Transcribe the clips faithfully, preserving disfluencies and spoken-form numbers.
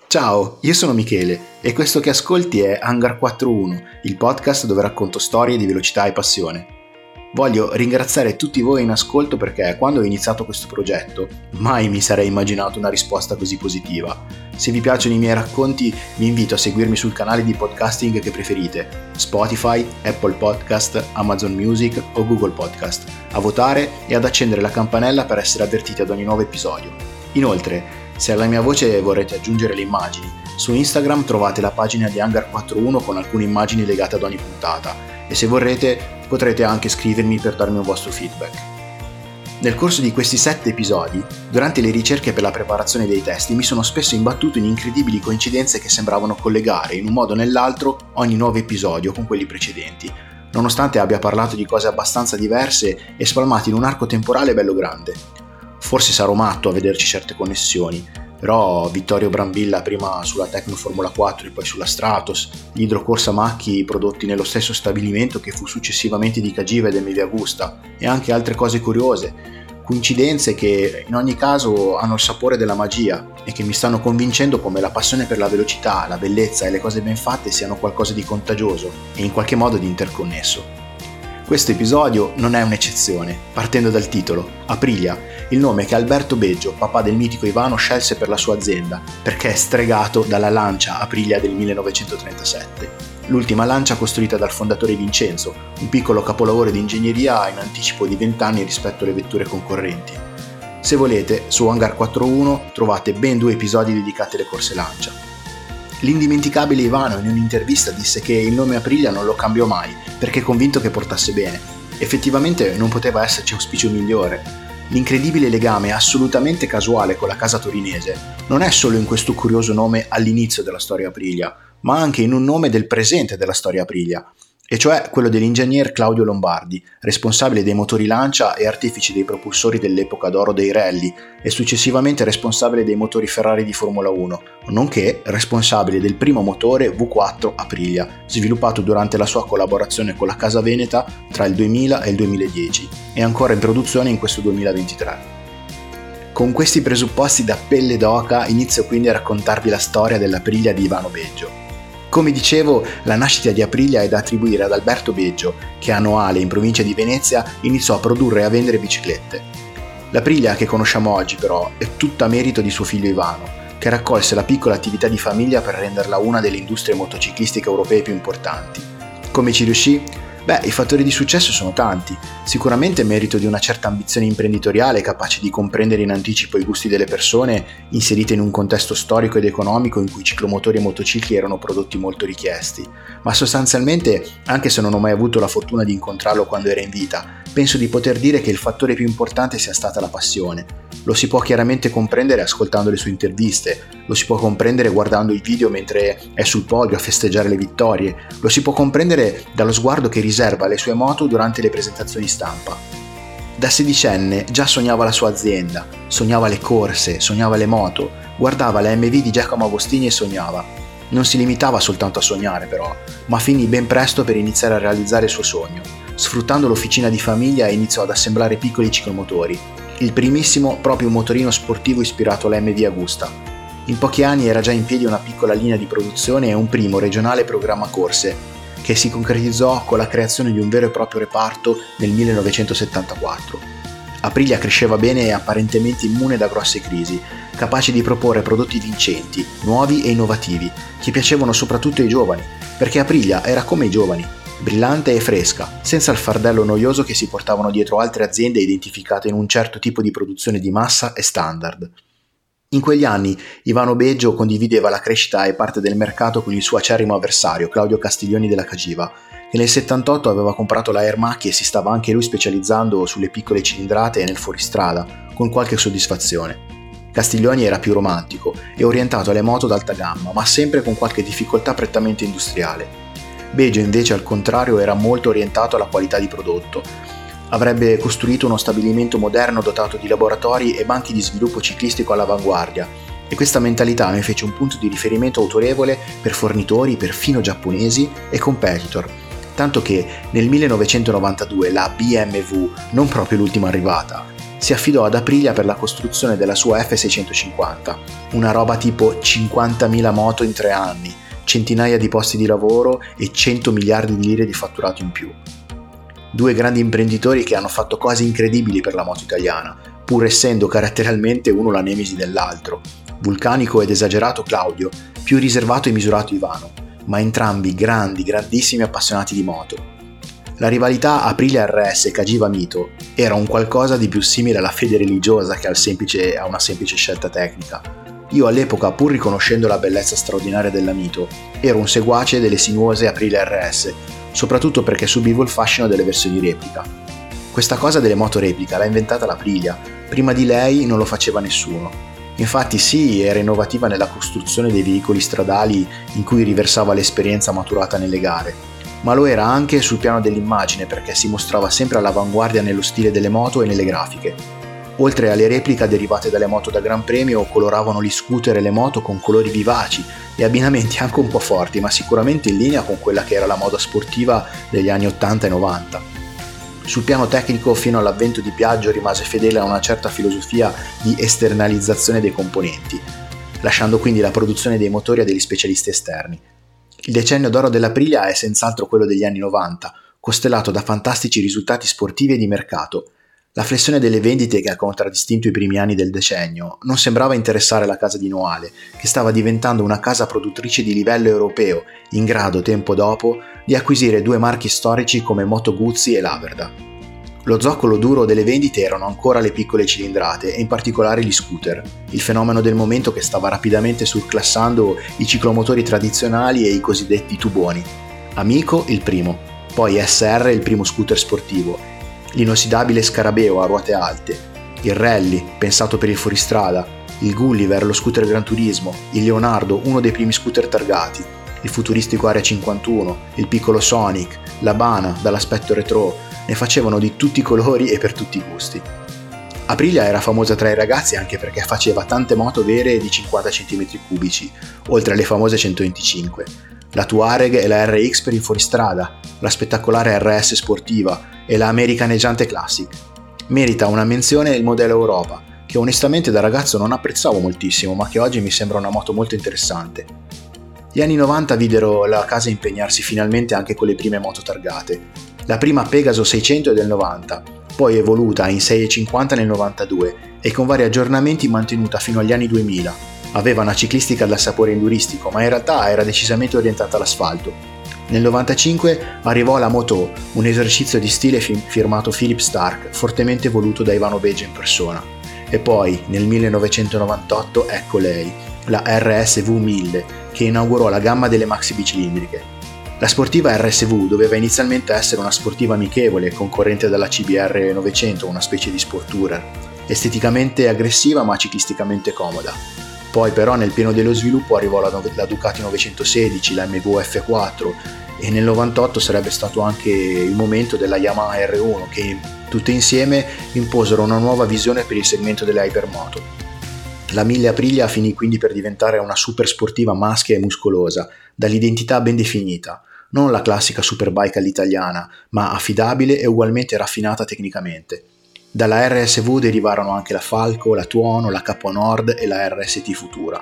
Ciao, io sono Michele e questo che ascolti è Hangar quarantuno, il podcast dove racconto storie di velocità e passione. Voglio ringraziare tutti voi in ascolto perché quando ho iniziato questo progetto mai mi sarei immaginato una risposta così positiva. Se vi piacciono i miei racconti vi invito a seguirmi sul canale di podcasting che preferite, Spotify, Apple Podcast, Amazon Music o Google Podcast, a votare e ad accendere la campanella per essere avvertiti ad ogni nuovo episodio. Inoltre, se alla mia voce vorrete aggiungere le immagini, su Instagram trovate la pagina di Hangar quarantuno con alcune immagini legate ad ogni puntata e se vorrete potrete anche scrivermi per darmi un vostro feedback. Nel corso di questi sette episodi, durante le ricerche per la preparazione dei testi, mi sono spesso imbattuto in incredibili coincidenze che sembravano collegare in un modo o nell'altro ogni nuovo episodio con quelli precedenti, nonostante abbia parlato di cose abbastanza diverse e spalmate in un arco temporale bello grande. Forse sarò matto a vederci certe connessioni, però Vittorio Brambilla prima sulla Tecno Formula quattro e poi sulla Stratos, gli idrocorsa Macchi prodotti nello stesso stabilimento che fu successivamente di Cagiva ed M V Agusta e anche altre cose curiose, coincidenze che in ogni caso hanno il sapore della magia e che mi stanno convincendo come la passione per la velocità, la bellezza e le cose ben fatte siano qualcosa di contagioso e in qualche modo di interconnesso. Questo episodio non è un'eccezione, partendo dal titolo, Aprilia, il nome che Alberto Beggio, papà del mitico Ivano, scelse per la sua azienda, perché è stregato dalla Lancia Aprilia del millenovecentotrentasette, l'ultima Lancia costruita dal fondatore Vincenzo, un piccolo capolavoro di ingegneria in anticipo di venti anni rispetto alle vetture concorrenti. Se volete, su Hangar quarantuno trovate ben due episodi dedicati alle corse Lancia. L'indimenticabile Ivano in un'intervista disse che il nome Aprilia non lo cambiò mai perché è convinto che portasse bene. Effettivamente non poteva esserci auspicio migliore. L'incredibile legame assolutamente casuale con la casa torinese non è solo in questo curioso nome all'inizio della storia Aprilia, ma anche in un nome del presente della storia Aprilia, e cioè quello dell'ingegner Claudio Lombardi, responsabile dei motori Lancia e artefice dei propulsori dell'epoca d'oro dei rally e successivamente responsabile dei motori Ferrari di Formula uno, nonché responsabile del primo motore V quattro Aprilia, sviluppato durante la sua collaborazione con la Casa Veneta tra il duemila e il duemiladieci e ancora in produzione in questo duemilaventitré. Con questi presupposti da pelle d'oca inizio quindi a raccontarvi la storia dell'Aprilia di Ivano Beggio. Come dicevo, la nascita di Aprilia è da attribuire ad Alberto Beggio, che a Noale, in provincia di Venezia, iniziò a produrre e a vendere biciclette. L'Aprilia che conosciamo oggi, però, è tutta merito di suo figlio Ivano, che raccolse la piccola attività di famiglia per renderla una delle industrie motociclistiche europee più importanti. Come ci riuscì? Beh, i fattori di successo sono tanti. Sicuramente merito di una certa ambizione imprenditoriale capace di comprendere in anticipo i gusti delle persone inserite in un contesto storico ed economico in cui ciclomotori e motocicli erano prodotti molto richiesti. Ma sostanzialmente, anche se non ho mai avuto la fortuna di incontrarlo quando era in vita, penso di poter dire che il fattore più importante sia stata la passione. Lo si può chiaramente comprendere ascoltando le sue interviste, lo si può comprendere guardando i video mentre è sul podio a festeggiare le vittorie, lo si può comprendere dallo sguardo che riserva alle sue moto durante le presentazioni stampa. Da sedicenne già sognava la sua azienda, sognava le corse, sognava le moto, guardava la M V di Giacomo Agostini e sognava. Non si limitava soltanto a sognare però, ma finì ben presto per iniziare a realizzare il suo sogno. Sfruttando l'officina di famiglia iniziò ad assemblare piccoli ciclomotori. Il primissimo proprio un motorino sportivo ispirato alla M V Agusta. In pochi anni era già in piedi una piccola linea di produzione e un primo regionale programma corse, che si concretizzò con la creazione di un vero e proprio reparto nel millenovecentosettantaquattro. Aprilia cresceva bene e apparentemente immune da grosse crisi, capace di proporre prodotti vincenti, nuovi e innovativi, che piacevano soprattutto ai giovani, perché Aprilia era come i giovani, brillante e fresca, senza il fardello noioso che si portavano dietro altre aziende identificate in un certo tipo di produzione di massa e standard. In quegli anni Ivano Beggio condivideva la crescita e parte del mercato con il suo acerrimo avversario Claudio Castiglioni della Cagiva, che nel settantotto aveva comprato la Air Macchi e si stava anche lui specializzando sulle piccole cilindrate e nel fuoristrada, con qualche soddisfazione. Castiglioni era più romantico e orientato alle moto d'alta gamma, ma sempre con qualche difficoltà prettamente industriale. Beggio invece al contrario era molto orientato alla qualità di prodotto. Avrebbe costruito uno stabilimento moderno dotato di laboratori e banchi di sviluppo ciclistico all'avanguardia e questa mentalità ne fece un punto di riferimento autorevole per fornitori perfino giapponesi e competitor, tanto che nel millenovecentonovantadue la B M W, non proprio l'ultima arrivata, si affidò ad Aprilia per la costruzione della sua F seicentocinquanta, una roba tipo cinquantamila moto in tre anni, centinaia di posti di lavoro e cento miliardi di lire di fatturato in più. Due grandi imprenditori che hanno fatto cose incredibili per la moto italiana, pur essendo caratterialmente uno la nemesi dell'altro, vulcanico ed esagerato Claudio, più riservato e misurato Ivano, ma entrambi grandi, grandissimi appassionati di moto. La rivalità Aprilia R S e Cagiva Mito era un qualcosa di più simile alla fede religiosa che al semplice, a una semplice scelta tecnica. Io all'epoca, pur riconoscendo la bellezza straordinaria della Mito, ero un seguace delle sinuose Aprilia R S, soprattutto perché subivo il fascino delle versioni replica. Questa cosa delle moto replica l'ha inventata l'Aprilia, prima di lei non lo faceva nessuno. Infatti sì, era innovativa nella costruzione dei veicoli stradali in cui riversava l'esperienza maturata nelle gare, ma lo era anche sul piano dell'immagine perché si mostrava sempre all'avanguardia nello stile delle moto e nelle grafiche. Oltre alle repliche derivate dalle moto da Gran Premio, coloravano gli scooter e le moto con colori vivaci e abbinamenti anche un po' forti, ma sicuramente in linea con quella che era la moda sportiva degli anni ottanta e novanta. Sul piano tecnico, fino all'avvento di Piaggio, rimase fedele a una certa filosofia di esternalizzazione dei componenti, lasciando quindi la produzione dei motori a degli specialisti esterni. Il decennio d'oro dell'Aprilia è senz'altro quello degli anni novanta, costellato da fantastici risultati sportivi e di mercato. La flessione delle vendite che ha contraddistinto i primi anni del decennio non sembrava interessare la casa di Noale, che stava diventando una casa produttrice di livello europeo, in grado, tempo dopo, di acquisire due marchi storici come Moto Guzzi e Laverda. Lo zoccolo duro delle vendite erano ancora le piccole cilindrate e in particolare gli scooter, il fenomeno del momento che stava rapidamente surclassando i ciclomotori tradizionali e i cosiddetti tuboni. Amico il primo, poi S R il primo scooter sportivo, l'inossidabile Scarabeo a ruote alte, il Rally, pensato per il fuoristrada, il Gulliver, lo scooter Gran Turismo, il Leonardo, uno dei primi scooter targati, il futuristico Area cinquantuno, il piccolo Sonic, la Bana, dall'aspetto retro, ne facevano di tutti i colori e per tutti i gusti. Aprilia era famosa tra i ragazzi anche perché faceva tante moto vere di cinquanta centimetri cubici, oltre alle famose centoventicinque, la Touareg e la R X per il fuoristrada, la spettacolare R S sportiva e la americaneggiante Classic. Merita una menzione il modello Europa, che onestamente da ragazzo non apprezzavo moltissimo, ma che oggi mi sembra una moto molto interessante. Gli anni novanta videro la casa impegnarsi finalmente anche con le prime moto targate. La prima Pegaso seicento è del novanta, poi evoluta in sei e cinquanta nel novantadue e con vari aggiornamenti mantenuta fino agli anni duemila. Aveva una ciclistica dal sapore enduristico, ma in realtà era decisamente orientata all'asfalto. Nel novantacinque arrivò la Moto, un esercizio di stile firmato Philip Stark, fortemente voluto da Ivano Beggio in persona. E poi, nel millenovecentonovantotto, ecco lei, la R S V mille, che inaugurò la gamma delle maxi bicilindriche. La sportiva R S V doveva inizialmente essere una sportiva amichevole, concorrente della C B R novecento, una specie di sport tourer, esteticamente aggressiva ma ciclisticamente comoda. Poi però nel pieno dello sviluppo arrivò la, la Ducati novecentosedici, la M V F quattro e nel novantotto sarebbe stato anche il momento della Yamaha R uno che tutte insieme imposero una nuova visione per il segmento delle hypermoto. La mille Aprilia finì quindi per diventare una super sportiva maschia e muscolosa, dall'identità ben definita, non la classica superbike all'italiana, ma affidabile e ugualmente raffinata tecnicamente. Dalla R S V derivarono anche la Falco, la Tuono, la Capo Nord e la R S T Futura.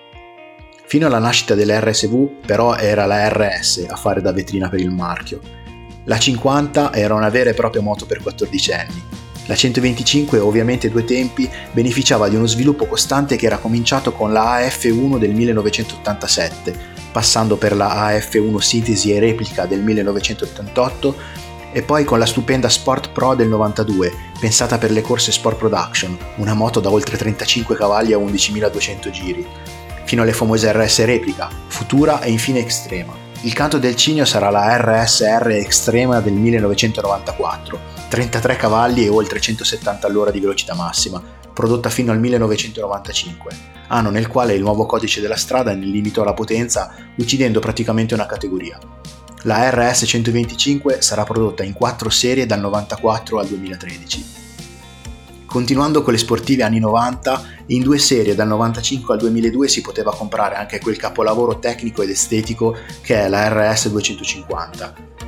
Fino alla nascita dell'R S V però era la R S a fare da vetrina per il marchio. La cinquanta era una vera e propria moto per quattordicenni. La centoventicinque, ovviamente due tempi, beneficiava di uno sviluppo costante che era cominciato con la A F uno del millenovecentottantasette, passando per la A F uno Sintesi e Replica del millenovecentottantotto e poi con la stupenda Sport Pro del novantadue, pensata per le corse Sport Production, una moto da oltre trentacinque cavalli a undicimiladuecento giri, fino alle famose R S Replica, Futura e infine Extrema. Il canto del cigno sarà la R S R Extrema del millenovecentonovantaquattro, trentatré cavalli e oltre centosettanta all'ora di velocità massima, prodotta fino al millenovecentonovantacinque, anno nel quale il nuovo codice della strada ne limitò la potenza uccidendo praticamente una categoria. La R S centoventicinque sarà prodotta in quattro serie dal novantaquattro al duemilatredici. Continuando con le sportive anni novanta, in due serie dal novantacinque al duemiladue si poteva comprare anche quel capolavoro tecnico ed estetico che è la R S duecentocinquanta.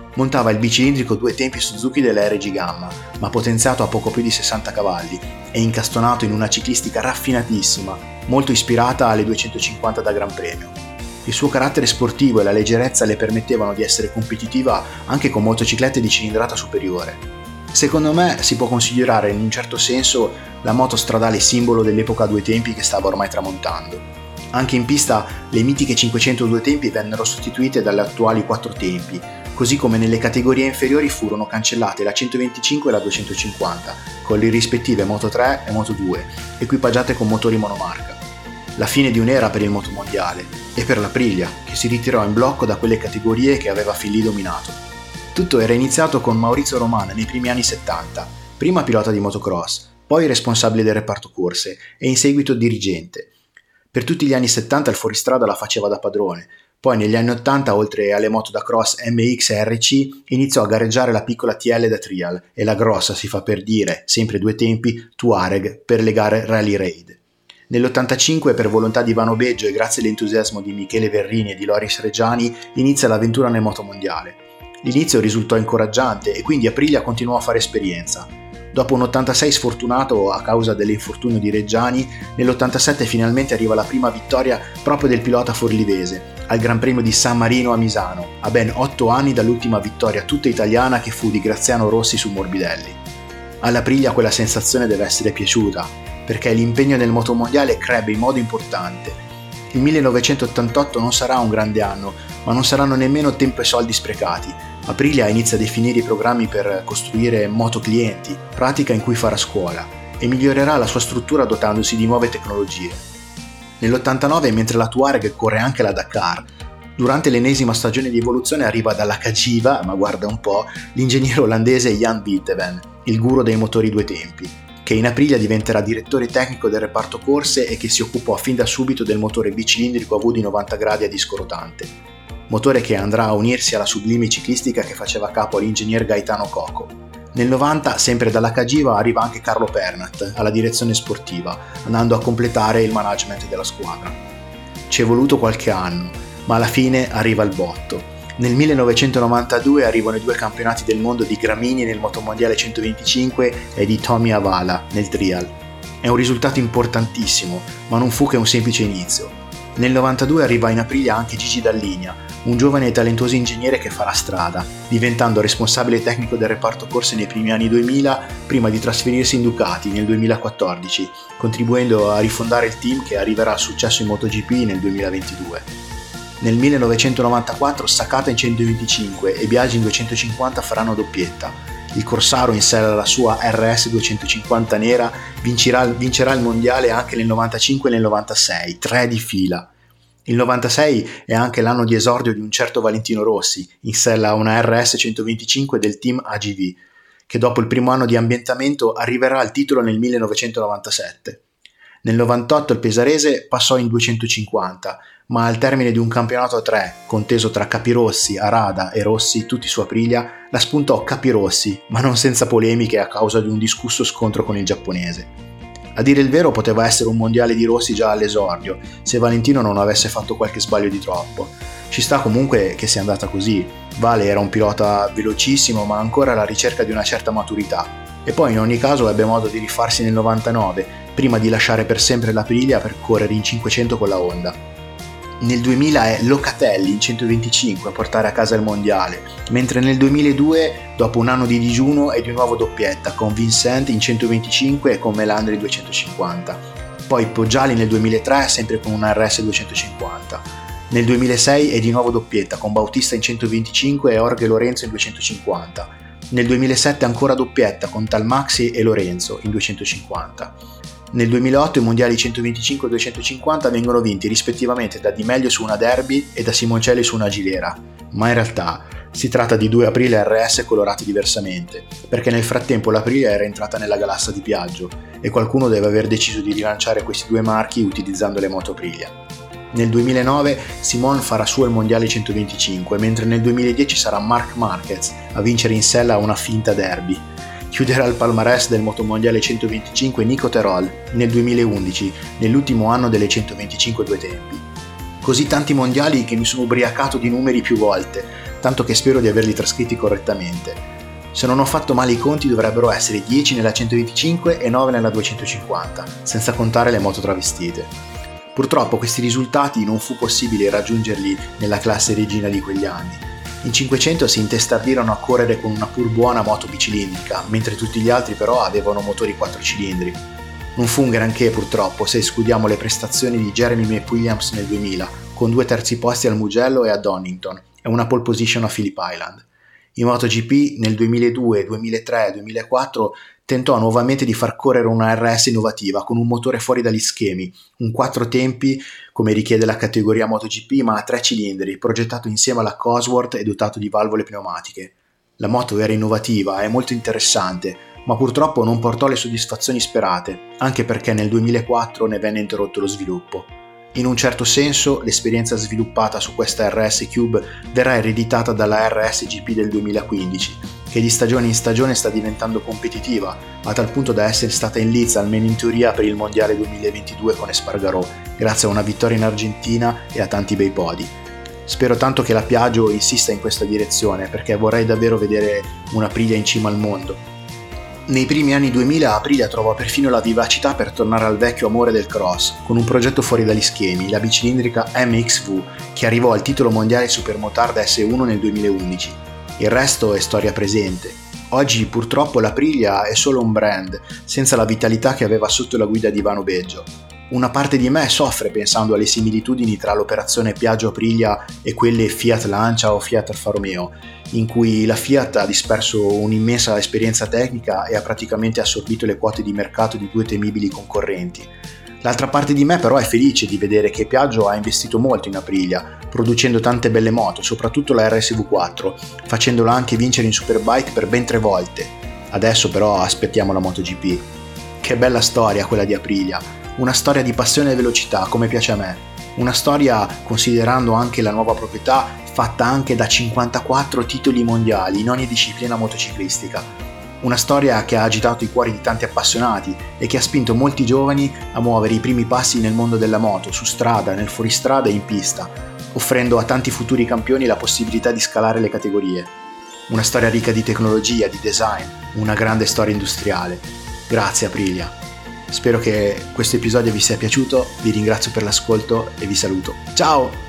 Montava il bicilindrico due tempi Suzuki della R G Gamma, ma potenziato a poco più di sessanta cavalli e incastonato in una ciclistica raffinatissima, molto ispirata alle duecentocinquanta da Gran Premio. Il suo carattere sportivo e la leggerezza le permettevano di essere competitiva anche con motociclette di cilindrata superiore. Secondo me si può considerare in un certo senso la moto stradale simbolo dell'epoca a due tempi che stava ormai tramontando. Anche in pista le mitiche cinquecento due tempi vennero sostituite dalle attuali quattro tempi, così come nelle categorie inferiori furono cancellate la centoventicinque e la duecentocinquanta, con le rispettive Moto tre e Moto due, equipaggiate con motori monomarca. La fine di un'era per il motomondiale e per l'Aprilia, che si ritirò in blocco da quelle categorie che aveva fin lì dominato. Tutto era iniziato con Maurizio Romana nei primi anni settanta, prima pilota di motocross, poi responsabile del reparto corse e in seguito dirigente. Per tutti gli anni settanta il fuoristrada la faceva da padrone, poi negli anni ottanta, oltre alle moto da cross M X e R C, iniziò a gareggiare la piccola T L da trial e la grossa, si fa per dire, sempre due tempi, Touareg per le gare Rally Raid. Nell'ottantacinque, per volontà di Ivano Beggio e grazie all'entusiasmo di Michele Verrini e di Loris Reggiani, inizia l'avventura nel motomondiale. L'inizio risultò incoraggiante e quindi Aprilia continuò a fare esperienza. Dopo un ottantasei sfortunato a causa dell'infortunio di Reggiani, nell'ottantasette finalmente arriva la prima vittoria proprio del pilota forlivese, al Gran Premio di San Marino a Misano, a ben otto anni dall'ultima vittoria tutta italiana che fu di Graziano Rossi su Morbidelli. All'Aprilia quella sensazione deve essere piaciuta, perché l'impegno nel motomondiale crebbe in modo importante. Il millenovecentottantotto non sarà un grande anno, ma non saranno nemmeno tempo e soldi sprecati. Aprilia inizia a definire i programmi per costruire motoclienti, pratica in cui farà scuola, e migliorerà la sua struttura dotandosi di nuove tecnologie. Nell'ottantanove, mentre la Touareg corre anche la Dakar, durante l'ennesima stagione di evoluzione arriva dalla Cagiva, ma guarda un po', l'ingegnere olandese Jan Winteven, il guru dei motori due tempi, che in Aprilia diventerà direttore tecnico del reparto corse e che si occupò fin da subito del motore bicilindrico a V di novanta gradi a disco rotante. Motore che andrà a unirsi alla sublime ciclistica che faceva capo all'ingegner Gaetano Coco. Nel novanta, sempre dalla Cagiva, arriva anche Carlo Pernat alla direzione sportiva, andando a completare il management della squadra. Ci è voluto qualche anno, ma alla fine arriva il botto. Nel millenovecentonovantadue arrivano i due campionati del mondo di Gramini nel motomondiale centoventicinque e di Tommy Avala nel trial. È un risultato importantissimo, ma non fu che un semplice inizio. Nel novantadue arriva in Aprilia anche Gigi Dalligna, un giovane e talentuoso ingegnere che farà strada, diventando responsabile tecnico del reparto corse nei primi anni duemila, prima di trasferirsi in Ducati nel duemilaquattordici, contribuendo a rifondare il team che arriverà al successo in MotoGP nel duemilaventidue. Nel millenovecentonovantaquattro Sakata in centoventicinque e Biaggi in duecentocinquanta faranno doppietta. Il Corsaro in sella alla sua R S duecentocinquanta nera vincerà, vincerà il mondiale anche nel novantacinque e nel novantasei, tre di fila. Il novantasei è anche l'anno di esordio di un certo Valentino Rossi, in sella a una R S centoventicinque del team A G V, che dopo il primo anno di ambientamento arriverà al titolo nel millenovecentonovantasette. Nel novantotto il pesarese passò in duecentocinquanta, ma al termine di un campionato a tre, conteso tra Capirossi, Arada e Rossi, tutti su Aprilia, la spuntò Capirossi, ma non senza polemiche a causa di un discusso scontro con il giapponese. A dire il vero poteva essere un mondiale di Rossi già all'esordio, se Valentino non avesse fatto qualche sbaglio di troppo. Ci sta comunque che sia andata così. Vale era un pilota velocissimo ma ancora alla ricerca di una certa maturità. E poi in ogni caso ebbe modo di rifarsi nel novantanove, prima di lasciare per sempre l'Aprilia per correre in cinquecento con la Honda. Nel duemila è Locatelli in centoventicinque a portare a casa il mondiale, mentre nel duemiladue, dopo un anno di digiuno, è di nuovo doppietta con Vincent in centoventicinque e con Melandri duecentocinquanta. Poi Poggiali nel duemilatré sempre con una R S duecentocinquanta. Nel duemilasei è di nuovo doppietta con Bautista in centoventicinque e Jorge Lorenzo in duecentocinquanta. Nel duemilasette ancora doppietta con Talmaxi e Lorenzo in duecentocinquanta. Nel duemilaotto i mondiali centoventicinque e duecentocinquanta vengono vinti rispettivamente da Di Meglio su una Derby e da Simoncelli su una Gilera, ma in realtà si tratta di due Aprilia R S colorati diversamente, perché nel frattempo l'Aprilia era entrata nella galassia di Piaggio e qualcuno deve aver deciso di rilanciare questi due marchi utilizzando le moto Aprilia. Nel duemilanove Simon farà suo il mondiale centoventicinque, mentre nel duemiladieci sarà Marc Marquez a vincere in sella una finta Derby. Chiuderà il palmarès del motomondiale centoventicinque Nico Terol nel duemilaundici, nell'ultimo anno delle centoventicinque due tempi. Così tanti mondiali che mi sono ubriacato di numeri più volte, tanto che spero di averli trascritti correttamente. Se non ho fatto male i conti dovrebbero essere dieci nella centoventicinque e nove nella duecentocinquanta, senza contare le moto travestite. Purtroppo questi risultati non fu possibile raggiungerli nella classe regina di quegli anni. In cinquecento si intestablirono a correre con una pur buona moto bicilindrica, mentre tutti gli altri però avevano motori quattro cilindri. Non fu un granché purtroppo se escludiamo le prestazioni di Jeremy McWilliams nel duemila, con due terzi posti al Mugello e a Donington e una pole position a Phillip Island. In MotoGP nel duemiladue, duemilatré e duemilaquattro tentò nuovamente di far correre una R S innovativa con un motore fuori dagli schemi, un quattro tempi come richiede la categoria MotoGP ma a tre cilindri, progettato insieme alla Cosworth e dotato di valvole pneumatiche. La moto era innovativa e molto interessante, ma purtroppo non portò le soddisfazioni sperate, anche perché nel duemilaquattro ne venne interrotto lo sviluppo. In un certo senso, l'esperienza sviluppata su questa R S Cube verrà ereditata dalla R S G P del duemilaquindici, che di stagione in stagione sta diventando competitiva, a tal punto da essere stata in lizza almeno in teoria per il Mondiale duemilaventidue con Espargarò, grazie a una vittoria in Argentina e a tanti bei podi. Spero tanto che la Piaggio insista in questa direzione, perché vorrei davvero vedere una Aprilia in cima al mondo. Nei primi anni duemila Aprilia trovò perfino la vivacità per tornare al vecchio amore del cross, con un progetto fuori dagli schemi, la bicilindrica M X V, che arrivò al titolo mondiale Supermotard S uno nel duemilaundici. Il resto è storia presente. Oggi purtroppo l'Aprilia è solo un brand, senza la vitalità che aveva sotto la guida di Ivano Beggio. Una parte di me soffre pensando alle similitudini tra l'operazione Piaggio-Aprilia e quelle Fiat-Lancia o Fiat-Alfa Romeo, in cui la Fiat ha disperso un'immensa esperienza tecnica e ha praticamente assorbito le quote di mercato di due temibili concorrenti. L'altra parte di me però è felice di vedere che Piaggio ha investito molto in Aprilia, producendo tante belle moto, soprattutto la R S V quattro, facendola anche vincere in Superbike per ben tre volte. Adesso però aspettiamo la MotoGP. Che bella storia quella di Aprilia, una storia di passione e velocità come piace a me, una storia, considerando anche la nuova proprietà, fatta anche da cinquantaquattro titoli mondiali in ogni disciplina motociclistica. Una storia che ha agitato i cuori di tanti appassionati e che ha spinto molti giovani a muovere i primi passi nel mondo della moto, su strada, nel fuoristrada e in pista, offrendo a tanti futuri campioni la possibilità di scalare le categorie. Una storia ricca di tecnologia, di design, una grande storia industriale. Grazie Aprilia. Spero che questo episodio vi sia piaciuto, vi ringrazio per l'ascolto e vi saluto. Ciao!